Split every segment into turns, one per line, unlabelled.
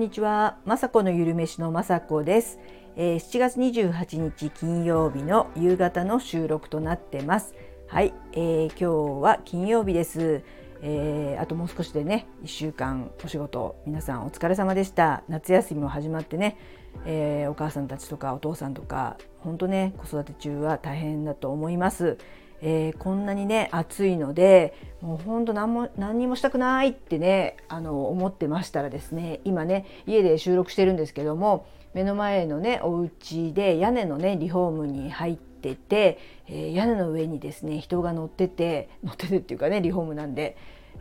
にちは、まさこのゆるめしのまさこです。7月28日金曜日の夕方の収録となってます。はい、今日は金曜日です。あともう少しでね、1週間お仕事皆さんお疲れ様でした。夏休みも始まってね、お母さんたちとかお父さんとか本当ね、子育て中は大変だと思います。こんなにね暑いのでもうほんと何にもしたくないってね思ってましたらですね、今ね家で収録してるんですけども、目の前のねお家で屋根のねリフォームに入ってて、屋根の上にですね人が乗っててっていうかねリフォームなんで、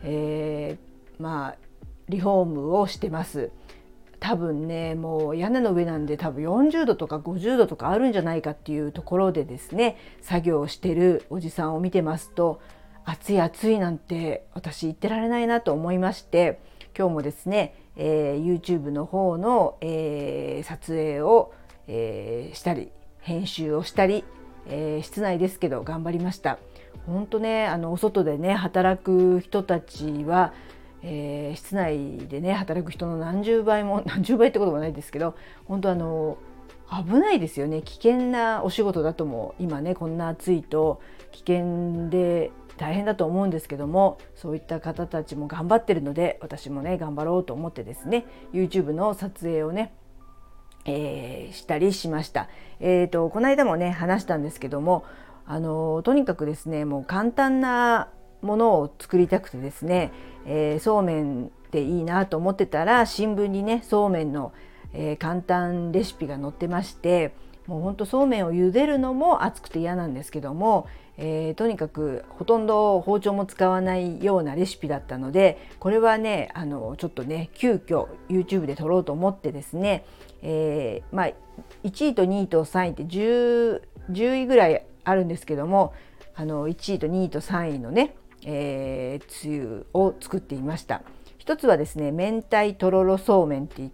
リフォームをしてます。多分ねもう屋根の上なんで多分40度とか50度とかあるんじゃないかっていうところでですね作業をしてるおじさんを見てますと、暑い暑いなんて私言ってられないなと思いまして、今日もですね、YouTube の方の、撮影を、したり編集をしたり、室内ですけど頑張りました。本当ねお外でね働く人たちは室内でね働く人の何十倍ってこともないですけど、本当危ないですよね。危険なお仕事だとも、今ねこんな暑いと危険で大変だと思うんですけども、そういった方たちも頑張ってるので私もね頑張ろうと思ってですね YouTube の撮影をね、したりしました。この間もね話したんですけども、とにかくですねもう簡単なものを作りたくてですね、そうめんでいいなと思ってたら新聞にねそうめんの、簡単レシピが載ってまして、もうほんとそうめんを茹でるのも暑くて嫌なんですけども、とにかくほとんど包丁も使わないようなレシピだったので、これはねちょっとね急遽 YouTube で撮ろうと思ってですね、1位と2位と3位って10位ぐらいあるんですけども、1位と2位と3位のねつゆを作っていました。一つはですね明太とろろそうめんって言って、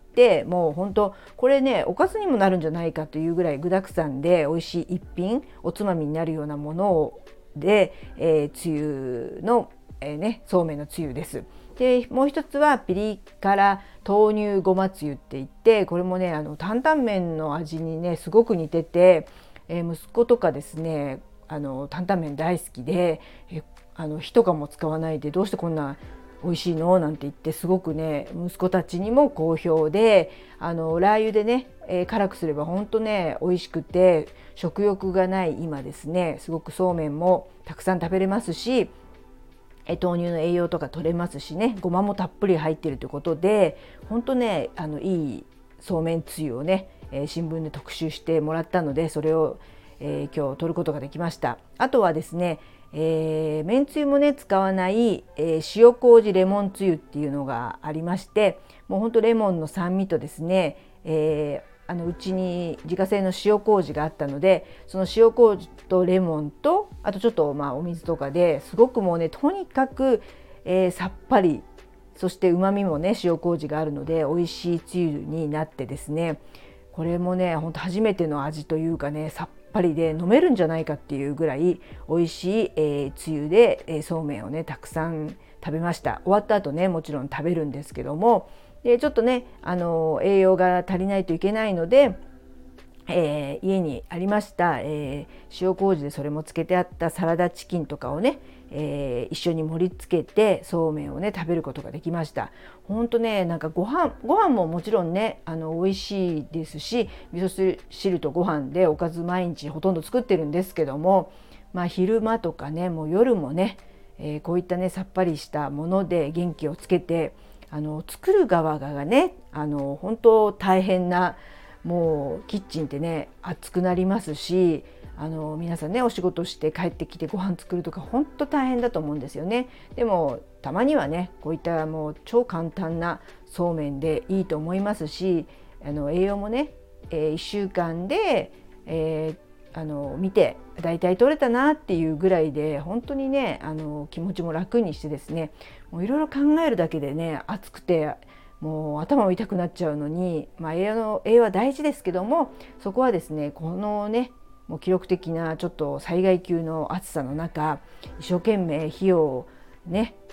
もう本当これねおかずにもなるんじゃないかというぐらい具沢山で美味しい一品、おつまみになるようなもので、つゆの、そうめんのつゆです。でもう一つはピリ辛豆乳ごまつゆって言って、これもね担々麺の味にねすごく似てて、息子とかですね担々麺大好きで、火とかも使わないでどうしてこんな美味しいのなんて言って、すごくね息子たちにも好評で、ラー油でね、辛くすればほんとね美味しくて、食欲がない今ですねすごくそうめんもたくさん食べれますし、豆乳の栄養とか取れますしね、ごまもたっぷり入っているということで、本当ねいいそうめんつゆをね、新聞で特集してもらったので、それを、今日取ることができました。あとはですね、めんつゆもね使わない、塩麹レモンつゆっていうのがありまして、もうほんとレモンの酸味とですね、うちに自家製の塩麹があったので、その塩麹とレモンとあとちょっとお水とかですごくもうねとにかく、さっぱり、そして旨味もね塩麹があるので美味しいつゆになってですね、これもねほんと初めての味というかね、さっぱりで飲めるんじゃないかっていうぐらい美味しい、つゆで、そうめんをねたくさん食べました。終わった後ねもちろん食べるんですけども、でちょっとね栄養が足りないといけないので、家にありました、塩麹でそれもつけてあったサラダチキンとかをね、一緒に盛り付けてそうめんをね食べることができました。ほんとねなんかご飯ももちろんね美味しいですし、味噌汁とご飯でおかず毎日ほとんど作ってるんですけども、昼間とかねもう夜もね、こういったねさっぱりしたもので元気をつけて、作る側がね本当大変な、もうキッチンってね暑くなりますし、皆さんねお仕事して帰ってきてご飯作るとか本当大変だと思うんですよね。でもたまにはねこういったもう超簡単なそうめんでいいと思いますし、栄養もね、1週間で、見てだいたい取れたなっていうぐらいで本当にね気持ちも楽にしてですね、もういろいろ考えるだけでね暑くてもう頭も痛くなっちゃうのに、栄養は大事ですけども、そこはですねこのねもう記録的なちょっと災害級の暑さの中一生懸命火をね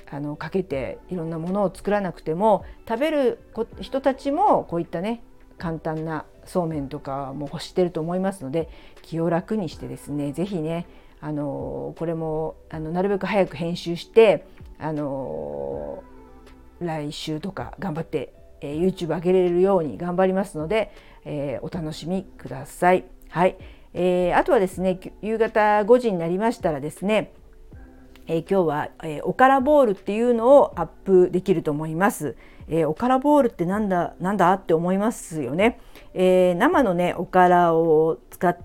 かけていろんなものを作らなくても、食べる人たちもこういったね簡単なそうめんとかも欲してると思いますので、気を楽にしてですね、ぜひねこれもなるべく早く編集して来週とか頑張って、YouTube 上げれるように頑張りますので、お楽しみください。はい、あとはですね、夕方5時になりましたらですね、今日は、おからボールっていうのをアップできると思います。おからボールってなんだって思いますよね。生のねおからを使って、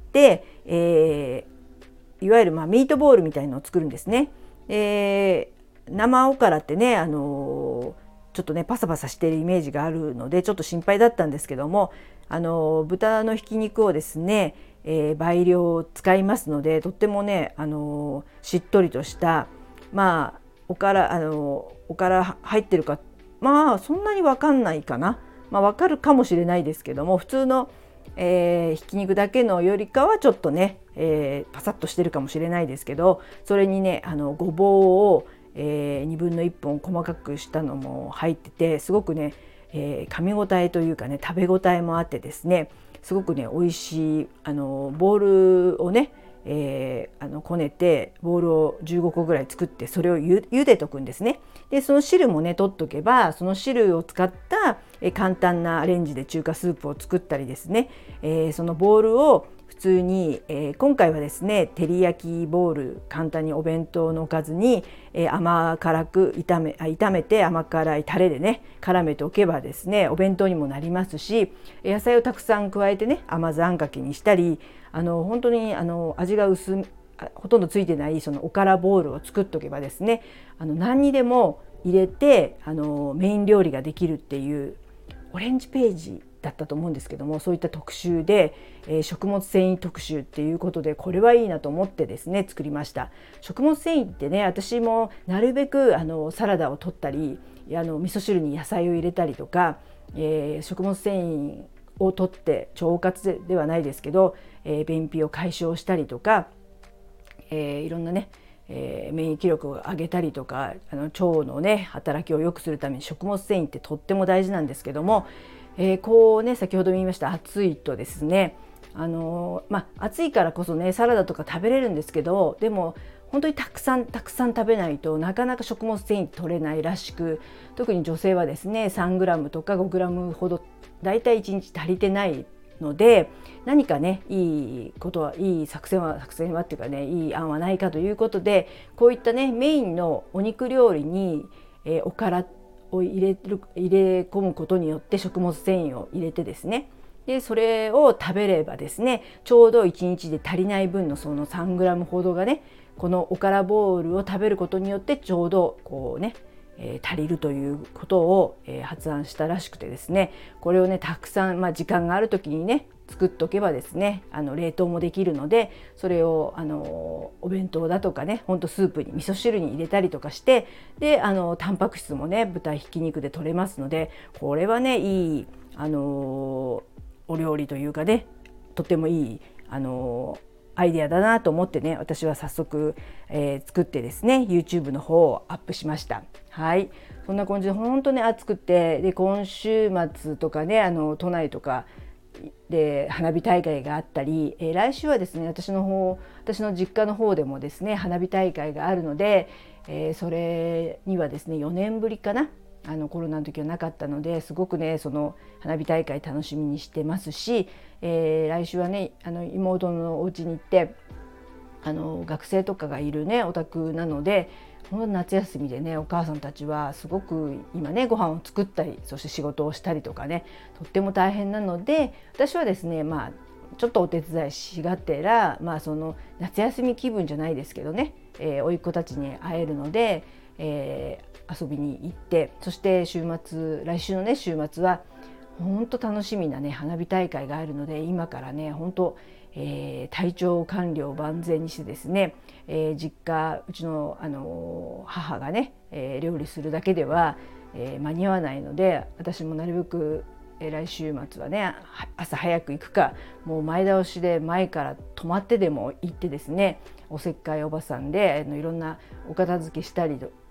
いわゆるミートボールみたいのを作るんですね。生おからってね、ちょっとねパサパサしているイメージがあるのでちょっと心配だったんですけども、豚のひき肉をですね、倍量使いますので、とってもねしっとりとしたおから入ってるかそんなに分かんないかな、分かるかもしれないですけども、普通の、ひき肉だけのよりかはちょっとね、パサッとしてるかもしれないですけど、それにねごぼうを、2分の1本細かくしたのも入ってて、すごくね、噛み応えというかね食べ応えもあってですね、すごくね美味しいボールをね、こねてボールを15個ぐらい作って、それを茹でとくんですね。でその汁もね取っとけば、その汁を使った簡単なアレンジで中華スープを作ったりですね、そのボールを普通に、今回はですね照り焼きボール、簡単にお弁当のおかずに、甘辛く炒めて甘辛いタレでね絡めておけばですね、お弁当にもなりますし、野菜をたくさん加えてね甘酢あんかけにしたり、本当に味がほとんどついてないそのおからボールを作っとけばですね、何にでも入れてメイン料理ができるっていう、オレンジページだったと思うんですけども、そういった特集で、食物繊維特集っていうことで、これはいいなと思ってですね作りました。食物繊維ってね、私もなるべくサラダを取ったり味噌汁に野菜を入れたりとか、食物繊維を取って腸活ではないですけど、便秘を解消したりとか、いろんなね免疫力を上げたりとか、腸のね働きを良くするために食物繊維ってとっても大事なんですけども、こうね先ほども言いました暑いとですね、暑いからこそねサラダとか食べれるんですけど、でも本当にたくさん食べないとなかなか食物繊維取れないらしく、特に女性はですね 3g とか 5g ほどだいたい1日足りてないので、何かねいい作戦はっていうかね、いい案はないかということで、こういったねメインのお肉料理に、おからを入れ込むことによって食物繊維を入れてですね、でそれを食べればですね、ちょうど1日で足りない分のその 3g ほどがね、このおからボールを食べることによってちょうどこうね足りるということを発案したらしくてですね、これをねたくさん、時間がある時にね作っとけばですね冷凍もできるので、それをお弁当だとかね、ほんとスープに味噌汁に入れたりとかして、でタンパク質もね豚ひき肉で取れますので、これはねいいお料理というかね、とってもいいアイデアだなと思ってね、私は早速、作ってですね YouTube の方をアップしました。はい、そんな感じで本当に暑くて、で今週末とかね都内とかで花火大会があったり、来週はですね私の実家の方でもですね花火大会があるので、それにはですね4年ぶりかな、コロナの時はなかったので、すごくねその花火大会楽しみにしてますし、来週はね妹のお家に行って学生とかがいるねお宅なので、この夏休みでねお母さんたちはすごく今ねご飯を作ったり、そして仕事をしたりとかね、とっても大変なので、私はですねちょっとお手伝いしがてら、その夏休み気分じゃないですけどね、甥っ子たちに会えるので、遊びに行って、そして来週のね週末は本当楽しみなね花火大会があるので、今からね本当体調管理を万全にしてですね、実家うちの、母がね、料理するだけでは、間に合わないので、私もなるべく、来週末はね朝早く行くか、もう前倒しで前から泊まってでも行ってですね、おせっかいおばさんでいろんなお片付けしたり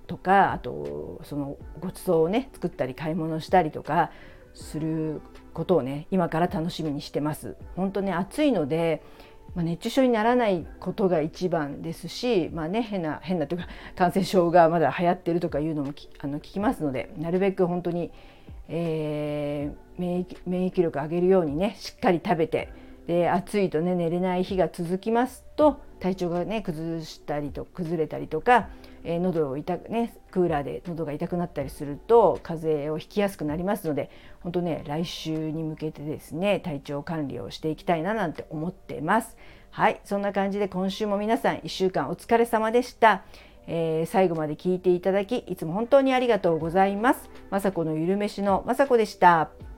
とか、あとそのごちそうをね作ったり買い物したりとかすることをね今から楽しみにしてます。本当ね暑いので、熱中症にならないことが一番ですし、変なというか感染症がまだ流行ってるとかいうのも聞きますので、なるべく本当に、免疫力上げるようにねしっかり食べて、で暑いとね寝れない日が続きますと体調がね崩れたりとか、喉をクーラーで喉が痛くなったりすると風邪をひきやすくなりますので、本当ね来週に向けてですね体調管理をしていきたいななんて思ってます。はい、そんな感じで今週も皆さん1週間お疲れ様でした。最後まで聞いていただきいつも本当にありがとうございます。まさこのゆるめしのまさこでした。